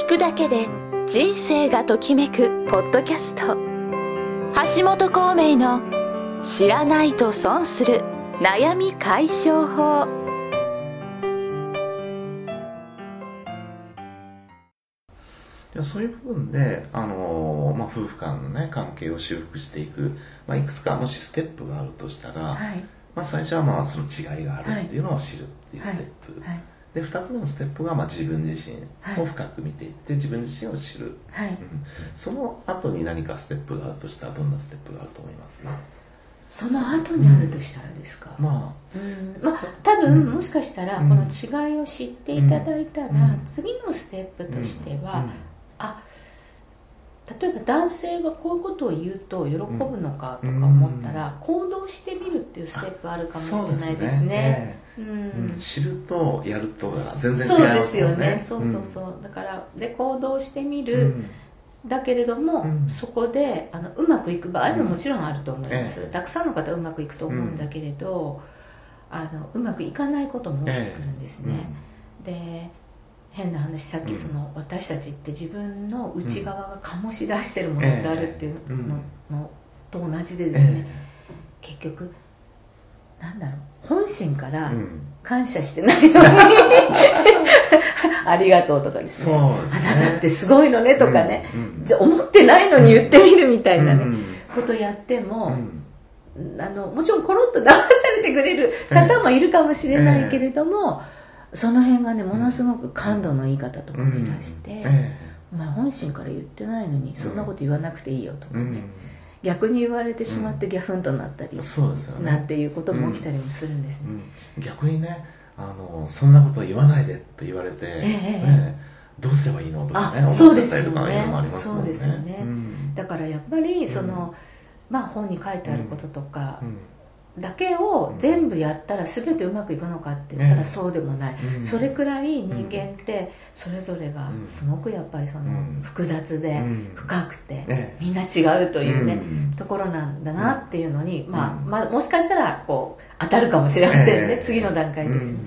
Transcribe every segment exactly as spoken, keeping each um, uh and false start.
くだけで人生がときめくポッドキャスト、橋本孔明の知らないと損する悩み解消法。 そういう部分で、あのーまあ、夫婦間の、ね、関係を修復していく、まあ、いくつかもしステップがあるとしたら、はい、まあ、最初はまあその違いがあるっていうのを知るっていうステップ、はいはい、でふたつめのステップがまあ自分自身を深く見ていって、はい、自分自身を知る、はい、うん、その後に何かステップがあるとしたらどんなステップがあると思いますか？ その後にあるとしたらですか、 うん、まあ、 うんまあ、多分、うん、もしかしたらこの違いを知っていただいたら、うん、次のステップとしては、うん、あ、例えば男性がこういうことを言うと喜ぶのかとか思ったら、うん、行動してみるっていうステップあるかもしれないですね。 うん、知るとやるとが全然違いますよね。そうですよね。 そうそうそう、うん、だからで行動してみる、うん、だけれども、うん、そこであのうまくいく場合ももちろんあると思います、うん、たくさんの方はうまくいくと思うんだけれど、うん、あのうまくいかないことも起きてくるんですね、えーうん、で変な話、さっきその、うん、私たちって自分の内側が醸し出してるものってあるっていうの、えー、のと同じでですね、えー、結局なんだろう、本心から感謝してないのに、うん、ありがとうとかですね、そうですね、あなたってすごいのねとかね、うんうん、じゃ思ってないのに言ってみるみたいなね、うん、ことやっても、うん、あのもちろんコロッと騙されてくれる方もいるかもしれないけれども、えー、その辺がねものすごく感度のいい方とかもいらして、うんえー、お前本心から言ってないのにそんなこと言わなくていいよとかね、うん逆に言われてしまってギャフンとなったり、うん、そうですよね、なんていうことも起きたりもするんですね、うんうん、逆にね、あのそんなこと言わないでって言われて、えーね、どうすればいいのとかね、思っちゃったりとかいうのもありますもんね。 そうですよね、うん、だからやっぱりその、うんまあ、本に書いてあることとかだけを全部やったら全てうまくいくのかって言ったらそうでもない、うん、それくらい人間ってそれぞれがすごくやっぱりその複雑で深くてみんな違うというねところなんだなっていうのに、まあまあ、もしかしたらこう当たるかもしれませんね、次の段階として。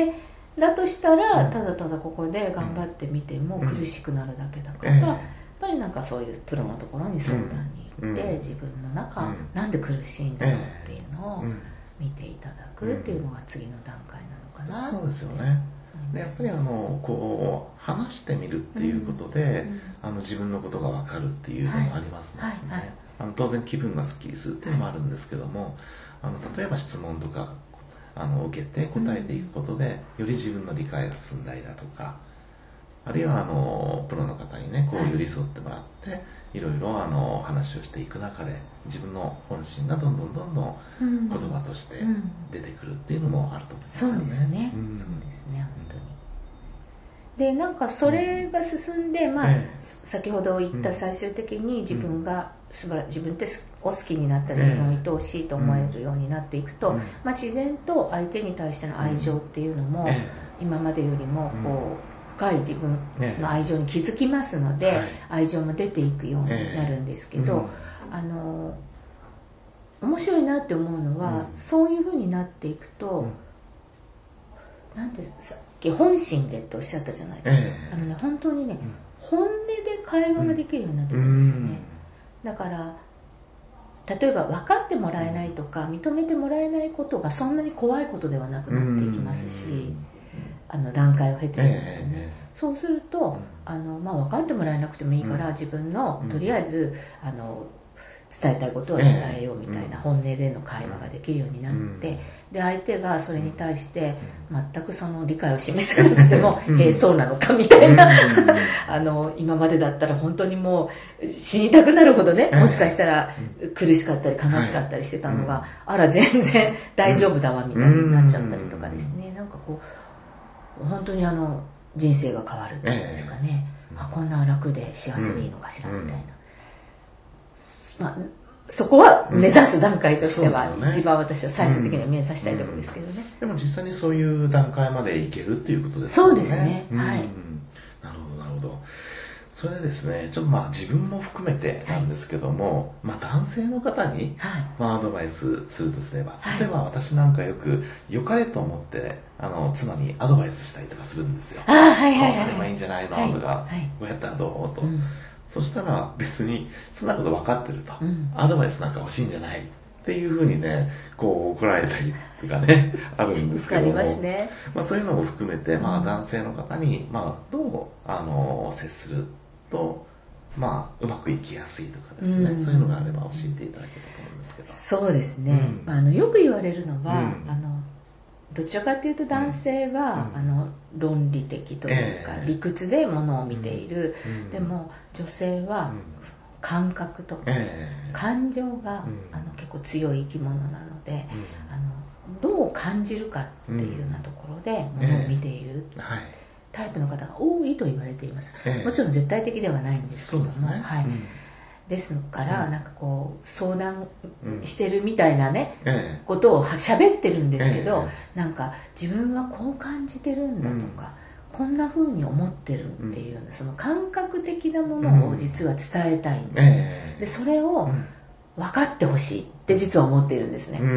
でだとしたらただただここで頑張ってみても苦しくなるだけだから、やっぱりなんかそういうプロのところに相談に行って、うん、自分の中、うん、なんで苦しいんだろうっていうのを見ていただくっていうのが次の段階なのかな、 うん、そうですよね。でやっぱりあのこう話してみるっていうことで、うん、あの自分のことが分かるっていうのもありますので、ね、はいはいはい、あの当然気分がスッキリするっていうのもあるんですけども、はい、あの例えば質問とかあの受けて答えていくことで、うん、より自分の理解が進んだりだとか、あるいはあのプロの方にねこう寄り添ってもらって、はい、いろいろあの話をしていく中で自分の本心がどんどんどんどん言葉として出てくるっていうのもあると思いますよね、 うんうん、そうですね、うん、そうですね、本当に。でなんかそれが進んで、まあええ、先ほど言った最終的に自分が素晴ら自分ってお好きになったり、自分を愛おしいと思えるようになっていくと、ええまあ、自然と相手に対しての愛情っていうのも、え、今までよりもこう深い自分の愛情に気づきますので、はい、愛情も出ていくようになるんですけど、あの面白いなって思うのは、うん、そういう風になっていくと、うん、なんてさっき本心でっておっしゃったじゃないですか、えー、あのね本当にね、うん、本音で会話ができるようになってくるんですよね、うん、だから例えば分かってもらえないとか認めてもらえないことがそんなに怖いことではなくなっていきますし、うん、あの段階を経ているのでね、えー、そうするとあの、まあ、分かってもらえなくてもいいから、うん、自分のとりあえずあの伝えたいことは伝えようみたいな本音での会話ができるようになって、で相手がそれに対して全くその理解を示さなくても「へえそうなのか」みたいなあの今までだったら本当にもう死にたくなるほどね、もしかしたら苦しかったり悲しかったりしてたのが、あら全然大丈夫だわみたいになっちゃったりとかですね、なんかこう本当にあの人生が変わるっていうんですかね、あこんな楽で幸せでいいのかしらみたいな。まあ、そこは目指す段階としては、うんね、一番私は最終的には目指したいところですけどね、うんうん、 でも実際にそういう段階までいけるっていうことですね。 そうですね、 うん、 はい、 なるほどなるほど。そそれですね、ちょっとまあ自分も含めてなんですけども、はい、まあ男性の方に、はい、まあアドバイスするとすれば、はい、例えば私なんかよく良かれと思ってあの妻にアドバイスしたりとかするんですよ。 あ、はいはいはい、 こうすればいいんじゃないの、はい、とか、はい、こうやったらどうと、うん、そしたら別にそんなこと分かってると、うん、アドバイスなんか欲しいんじゃないっていうふうにね、こう怒られたりとかねあるんですけども、 ありますね。 まあそういうのも含めて、まあ男性の方にまあどうあの接するとまあうまくいきやすいとかですね、うん、そういうのがあれば教えていただければと思うんですけど。 そうですね。うん、あのよく言われるのは、うん、あのどちらかというと男性は、うん、あの論理的というか、えー、理屈でものを見ている、でも女性は、感覚とか、えー、感情が、うん、あの結構強い生き物なので、うん、あのどう感じるかっていうようなところでものを見ている、えーはい、タイプの方が多いと言われています、えー、もちろん絶対的ではないんですけども、そうですね、はい、うん、ですから、うん、なんかこう相談してるみたいなね、うん、ことを喋ってるんですけど、えー、なんか自分はこう感じてるんだとか、うん、こんな風に思ってるっていうような、その感覚的なものを実は伝えたいんです、えー、でそれを分かってほしいって実は思っているんですね、うん、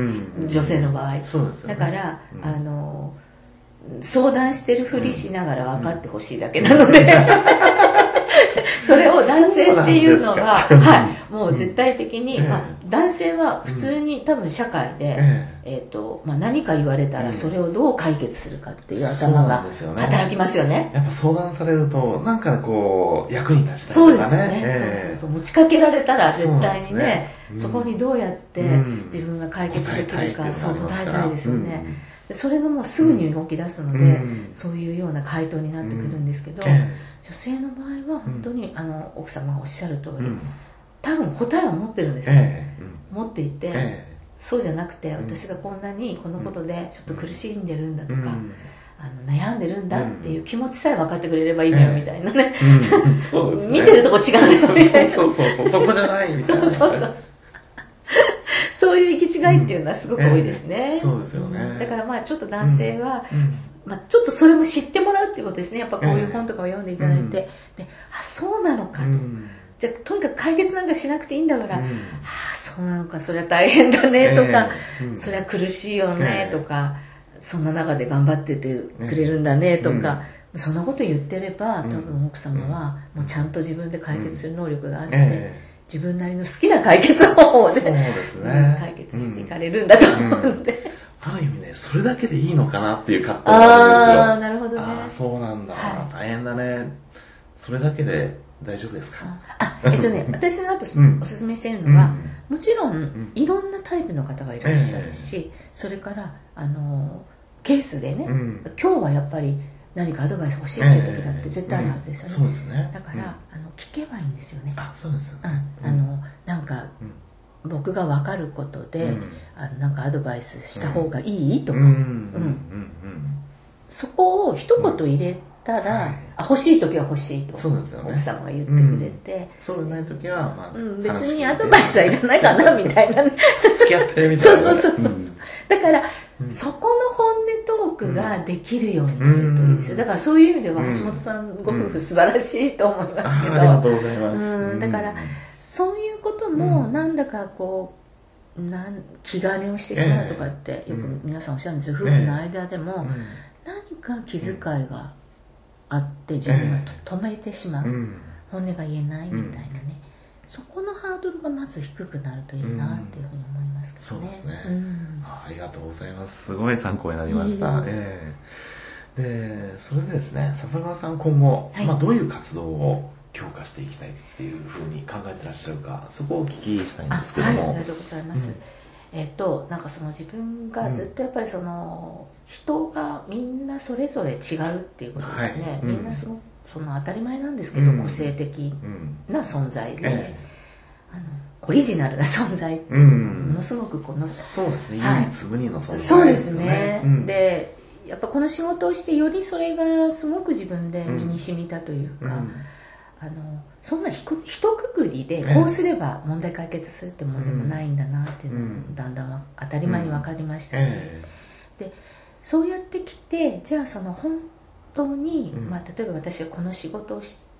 女性の場合、そうですよね、だから、うん、あの相談してるふりしながら分かってほしいだけなので、うん、それを男性っていうのは、はい、もう絶対的に、うんまあ、男性は普通に多分社会で、えーえーとまあ、何か言われたらそれをどう解決するかっていう頭が働きますよね。 やっぱ相談されるとなんかこう役に立ちたいとかね。そうですよね、 えー、そうそうそう、持ちかけられたら絶対に ね, ね、うん、そこにどうやって自分が解決できるか、うん、そう答えたいですよね、うん、それがもうすぐに動き出すので、うん、そういうような回答になってくるんですけど、うん、女性の場合は本当に、うん、あの奥様がおっしゃる通り、うん、多分答えを持ってるんですよ、えーうん、持っていて、えーそうじゃなくて、私がこんなにこのことでちょっと苦しんでるんだとか、うん、あの悩んでるんだっていう気持ちさえ分かってくれればいいのよみたいなね、うんうん、そうですね見てるとこ違うよみたいなそうそうそうそこじゃないみたいな、ね、そうそうそうそういう行き違いっていうのはすごく多いですね、 うんえー、そうですよね。 だからまあちょっと男性は、うんまあ、ちょっとそれも知ってもらうっていうことですね。やっぱこういう本とかを読んでいただいて、えー、であそうなのかと、うんじゃあとにかく解決なんかしなくていいんだから、うん、はあそうなのかそれは大変だねとか、えーうん、それは苦しいよねとか、えー、そんな中で頑張っててくれるんだねとか、うん、そんなこと言ってれば多分奥様はもうちゃんと自分で解決する能力があるので、えー、自分なりの好きな解決方法で、 ですね、 解決していかれるんだと思うので、 ある意味ねそれだけでいいのかなっていう葛藤があるんですよ。 ああなるほどね。 あそうなんだ、はい、大変だねそれだけで大丈夫ですか。 あ、えっとね、私があとおすすめしているのは、うん、もちろんいろんなタイプの方がいらっしゃるし、えー、それからあのケースでね、うん、今日はやっぱり何かアドバイス欲しいっていう時だって絶対あるはずですよね、 うん、そうですね。 だから、うん、あの聞けばいいんですよね。 あ、そうですよね、 うん、あのなんか、うん、僕が分かることで、うん、あのなんかアドバイスした方がいいとか、うんうんうん、そこを一言入れたら、はい、あ欲しい時は欲しいとそうですよ、ね、奥様が言ってくれて、うん、 そうでない時は、まあうん、別にアドバイスはいらないかなみたいなね付き合ってるみたいな、 そうそうそうそう、うん、だから、うん、そこの本音トークができるようになるといいですよ、うん、だからそういう意味では橋本さんご夫婦素晴らしいと思いますけど、うん、 あ, ありがとうございます、 うん、だからそういうこともなんだかこうなん気兼ねをしてしまうとかってよく皆さんおっしゃるんですよ、夫婦の間でも何か気遣いがあって自分が止めてしまう、うん、本音が言えないみたいなね、うん、そこのハードルがまず低くなるといいなっていうふうに思いますけどね、うん、そうですね、うん、 あ, ありがとうございます。すごい参考になりました、えー、でそれでですね笹川さん今後、はいまあ、どういう活動を強化していきたいっていうふうに考えてらっしゃるかそこをお聞きしたいんですけども。 あ,、はい、ありがとうございます、うんえっと、なんかその自分がずっとやっぱりその人がみんなそれぞれ違うっていうことですね、はい、みんなすごくその当たり前なんですけど、うん、個性的な存在で、うんえー、あのオリジナルな存在っていうのものすごくこの、うん、 そうですね、はい、唯一無二の存在ですね。 そうですね、うん、でやっぱこの仕事をしてよりそれがすごく自分で身に染みたというか、うんあのそんなひく一括りでこうすれば問題解決するってものでもないんだなっていうのもだんだんは当たり前に分かりましたし、でそうやってきてじゃあその本当に、まあ、例えば私がこの仕事をし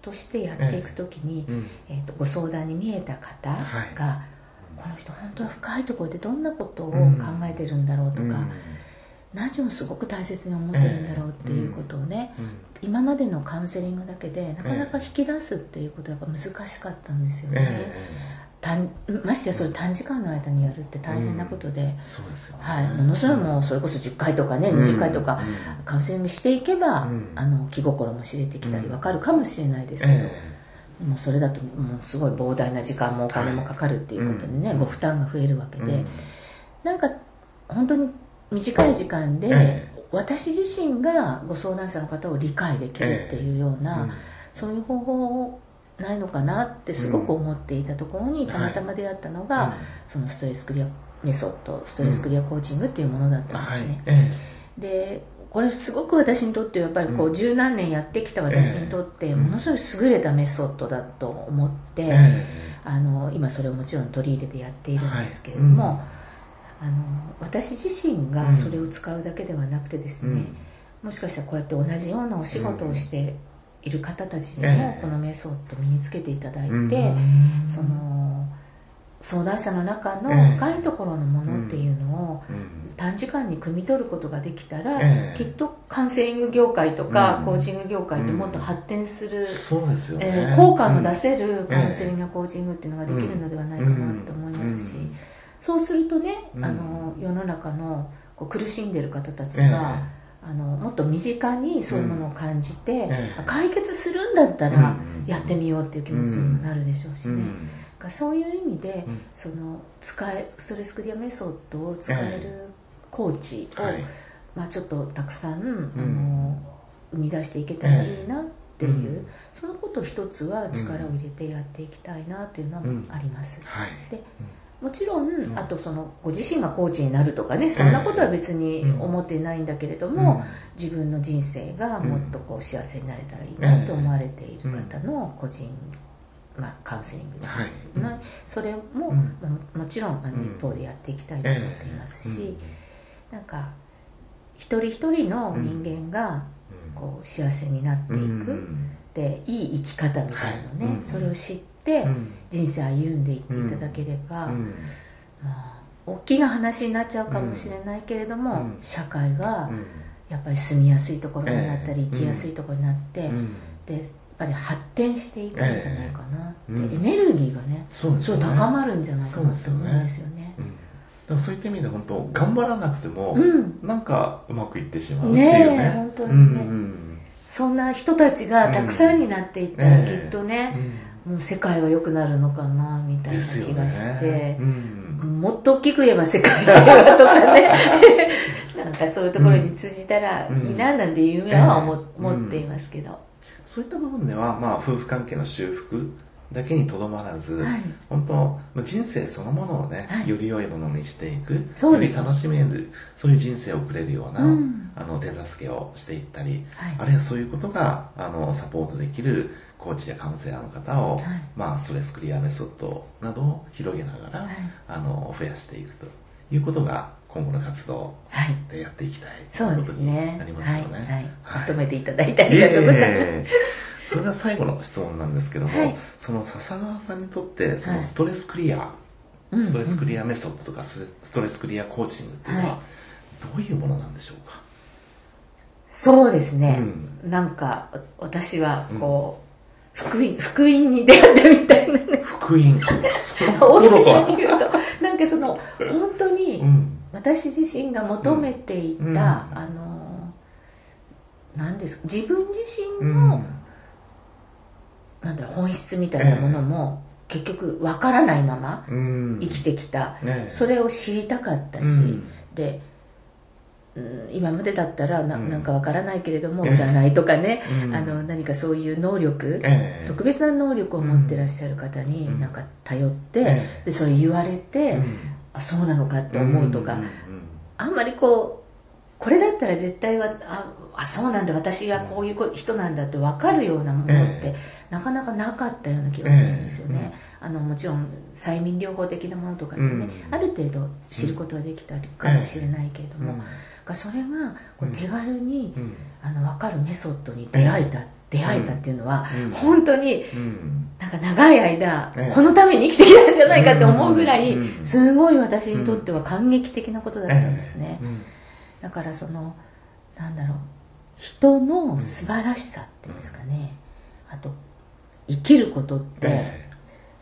としてやっていくときに、えーうんえー、とご相談に見えた方が、はい、この人本当は深いところでどんなことを考えてるんだろうとか、うん、何をすごく大切に思ってるんだろうっていうことをね、えーうん、今までのカウンセリングだけでなかなか引き出すっていうことはやっぱ難しかったんですよね、えーましてやそれ短時間の間にやるって大変なことで、うんそうですよねはい、ものすごいもうそれこそじゅっかいとかね、うん、にじゅっかいとかカウンセリングしていけば、うん、あの気心も知れてきたり分かるかもしれないですけど、えー、もうそれだともうすごい膨大な時間もお金もかかるっていうことでね、はい、ご負担が増えるわけで、うん、なんか本当に短い時間で、えー、私自身がご相談者の方を理解できるっていうような、えーうん、そういう方法をないのかなってすごく思っていたところに、うん、たまたま出会ったのが、はい、そのストレスクリアメソッドストレスクリアコーチングっていうものだったんですね、うんはい、でこれすごく私にとってやっぱりこう十何年やってきた私にとってものすごい優れたメソッドだと思って、えー、あの今それをもちろん取り入れてやっているんですけれども、はいうん、あの私自身がそれを使うだけではなくてですね、うん、もしかしたらこうやって同じようなお仕事をしている方たちにもこのメソッドを身につけていただいて、えー、その相談者の中の深いところのものっていうのを短時間に汲み取ることができたら、えー、きっとカウンセリング業界とかコーチング業界ってもっと発展する、 そうですよね、 えー、効果の出せるカウンセリングやコーチングっていうのができるのではないかなと思いますし、そうするとね、あの世の中のこう苦しんでる方たちが、えーあのもっと身近にそういうものを感じて、うんええ、解決するんだったらやってみようっていう気持ちにもなるでしょうしね、うん、そういう意味で、うん、その使えストレスクリアメソッドを使えるコーチを、えまあ、ちょっとたくさん、うん、あの生み出していけたらいいなっていう、うん、そのこと一つは力を入れてやっていきたいなっていうのもあります、うんはい、でもちろん、うん、あとそのご自身がコーチになるとかね、そんなことは別に思っていないんだけれども、うん、自分の人生がもっとこう幸せになれたらいいなと思われている方の個人、まあ、カウンセリングで、はいまあ、それも、うん、もちろんあの一方でやっていきたいと思っていますし、うん、なんか一人一人の人間がこう幸せになっていく、うん、でいい生き方みたいなね、はい、それを知って人生歩んでいっていただければ、うんうんまあ、大きな話になっちゃうかもしれないけれども、うん、社会がやっぱり住みやすいところになったり、えー、生きやすいところになって、うん、でやっぱり発展していくんじゃないかなって、えー、エネルギーがねすごい高まるんじゃないかなと思うんですよね。 でもそういった意味で本当頑張らなくても、うん、なんかうまくいってしまうっていうね。ねえ本当にね、うんうん、そんな人たちがたくさんになっていったら、うん、きっとね、えーうんもう世界は良くなるのかなみたいな気がして、ねうん、もっと大きく言えば世界平和とかねなんかそういうところに通じたらいいななんていう夢は 思,、うん、思っていますけど、うん、 そういった部分では、まあ、夫婦関係の修復だけにとどまらず、はい、本当人生そのものをね、はい、より良いものにしていく、より楽しめるそういう人生を送れるような、うん、あの手助けをしていったり、はい、あるいはそういうことがあのサポートできるコーチやカウンセラーの方を、はいまあ、ストレスクリアメソッドなどを広げながら、はい、あの増やしていくということが今後の活動でやっていきたい、 はい、 ということになりますよね。 はいはいはい、まとめていただいてありがとうございます。えー、 それが最後の質問なんですけども、はい、その笹川さんにとってそのストレスクリア、はい、ストレスクリアメソッドとかストレスクリアコーチングっていうのはどういうものなんでしょうか。 そうですね、うん、なんか私はこう、うん福音、福音に出会ったみたいなね。 福音。 大げさに言うと、なんかその、本当に、私自身が求めていた、うん、あの、何ですか、自分自身の、うん、なんだろう、本質みたいなものも、えー、結局、わからないまま、生きてきた、うんね。それを知りたかったし、うん、で、今までだったら な,、ん、なんかわからないけれども、えー、占いとかね、うん、あの何かそういう能力、えー、特別な能力を持ってらっしゃる方になんか頼って、えー、でそれ言われて、うん、あそうなのかって思うとか、うんうんうん、あんまりこうこれだったら絶対は あ, あそうなんだ私はこういう人なんだって分かるようなものって、えー、なかなかなかったような気がするんですよね、えー、あのもちろん催眠療法的なものとかでね、うん、ある程度知ることはできたかもしれないけれども、うんそれがこう手軽に、うん、あの分かるメソッドに出会えたっ出会えたっていうのは、 うん、 本当に、 うん、 なんか長い間、 ええ、 このために生きてきたんじゃないかって思うぐらい、すごい私にとっては感激的なことだったんですね、ええ、うん、だからそのなんだろう、人の素晴らしさっていうんですかね、うん、あと生きることって、ええ、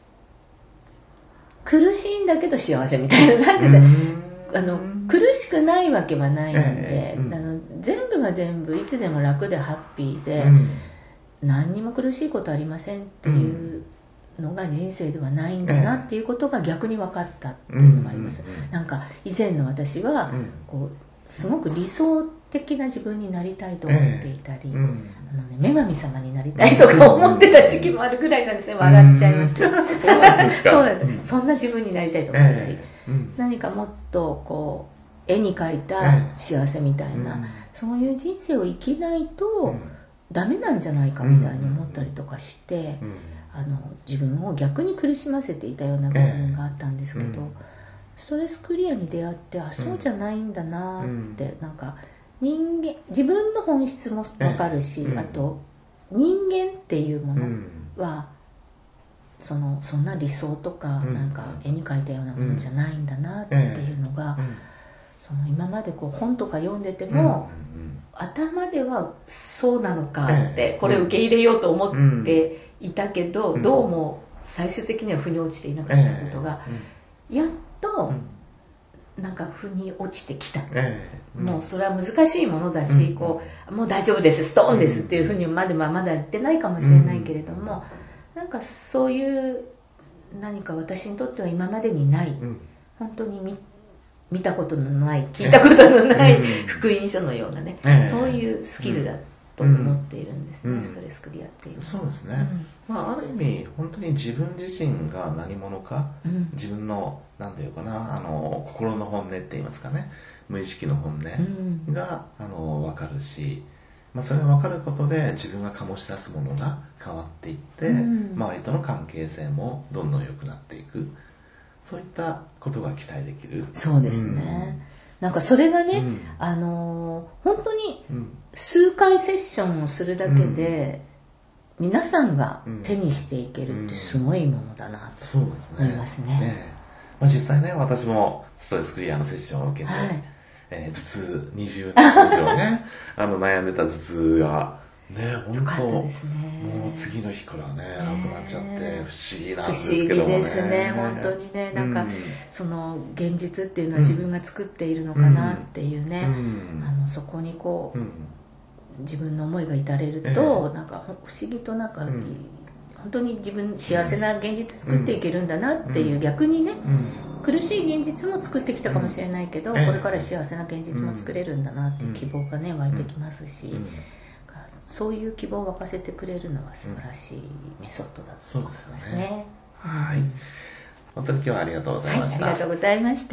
苦しいんだけど幸せみたいな、なんていうか、あの苦しくないわけはないんで、ええ、うん、あの全部が全部いつでも楽でハッピーで、うん、何にも苦しいことありませんっていうのが人生ではないんだなっていうことが逆に分かったっていうのもあります、うん、なんか以前の私はこうすごく理想的な自分になりたいと思っていたり、うん、あのね、女神様になりたいとか思ってた時期もあるぐらいなんですね。笑っちゃいますけど、うん、そうなんですか。そうなんです、うん、そんな自分になりたいと思ったり、えーうん、何かもっとこう絵に描いた幸せみたいな、えーうん、そういう人生を生きないと、うんダメなんじゃないかみたいに思ったりとかして、うん、あの自分を逆に苦しませていたような部分があったんですけど、えーうん、ストレスクリアに出会ってあそうじゃないんだなって、うん、なんか人間自分の本質も分かるし、えー、あと人間っていうものは、うん、そのそんな理想とか、うん、なんか絵に描いたようなものじゃないんだなっていうのが、えーうん、その今までこう本とか読んでても、うん頭ではそうなのかってこれを受け入れようと思っていたけど、どうも最終的には腑に落ちていなかったことがやっとなんか腑に落ちてきた、もうそれは難しいものだし、こうもう大丈夫ですストーンですっていうふうにまではまだやってないかもしれないけれども、なんかそういう何か私にとっては今までにない本当に見見たことのない聞いたことのない福音書のようなね、ええ、そういうスキルだと思っているんですね、うん、ストレスクリアっていう。 そうですね、うん、まあ、ある意味本当に自分自身が何者か、うん、自分の何て言うかなあの心の本音って言いますかね、無意識の本音が、うん、あの分かるし、まあ、それが分かることで自分が醸し出すものが変わっていって、うん、周りとの関係性もどんどん良くなっていく、そういったことが期待できる。 そうですね、うん、なんかそれがね、うん、あの本当に数回セッションをするだけで、うん、皆さんが手にしていけるってすごいものだなと思いますね。うん、ね、ね、 まあ、実際ね私もストレスクリアのセッションを受けて、はい、えー、頭痛にじゅうねん以上ねあの悩んでた頭痛がね、本当もう次の日からねなくなっちゃって不思議なんですけどもね。不思議ですね、本当にね、なんか、うん、その現実っていうのは自分が作っているのかなっていうね、うん、あのそこにこう、うん、自分の思いが至れると、えー、なんか不思議となんか、うん、本当に自分幸せな現実作っていけるんだなっていう、うん、逆にね、うん、苦しい現実も作ってきたかもしれないけど、うん、これから幸せな現実も作れるんだなっていう希望がね湧いてきますし、うんうん、そういう希望を沸かせてくれるのは素晴らしいメソッドだと思いますね。うん、そうですね。 はい。本当に今日はありがとうございました。 はい、ありがとうございました。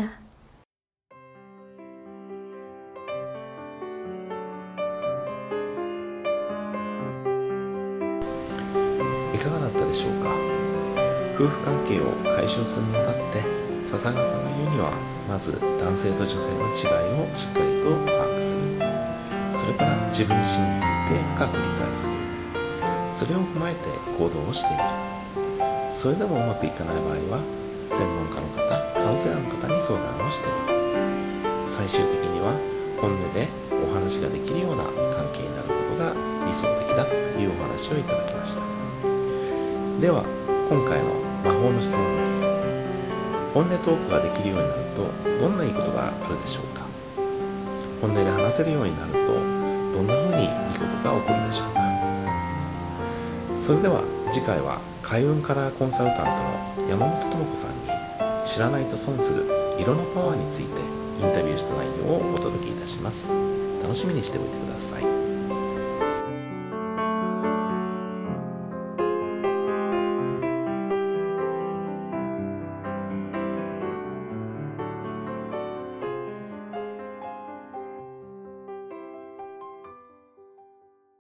いかがだったでしょうか。夫婦関係を解消するにあたって笹川さんが言うには、まず男性と女性の違いをしっかりと把握する、それから自分自身について深く理解する、それを踏まえて行動をしている。それでもうまくいかない場合は専門家の方、カウンセラーの方に相談をしてみる。最終的には本音でお話ができるような関係になることが理想的だというお話をいただきました。では今回の魔法の質問です。本音トークができるようになるとどんないいことがあるでしょうか。本音で話せるようになるとどんな風にいいことが起こるでしょうか。それでは次回は開運カラーコンサルタントの山本智子さんに知らないと損する色のパワーについてインタビューした内容をお届けいたします。楽しみにしておいてください。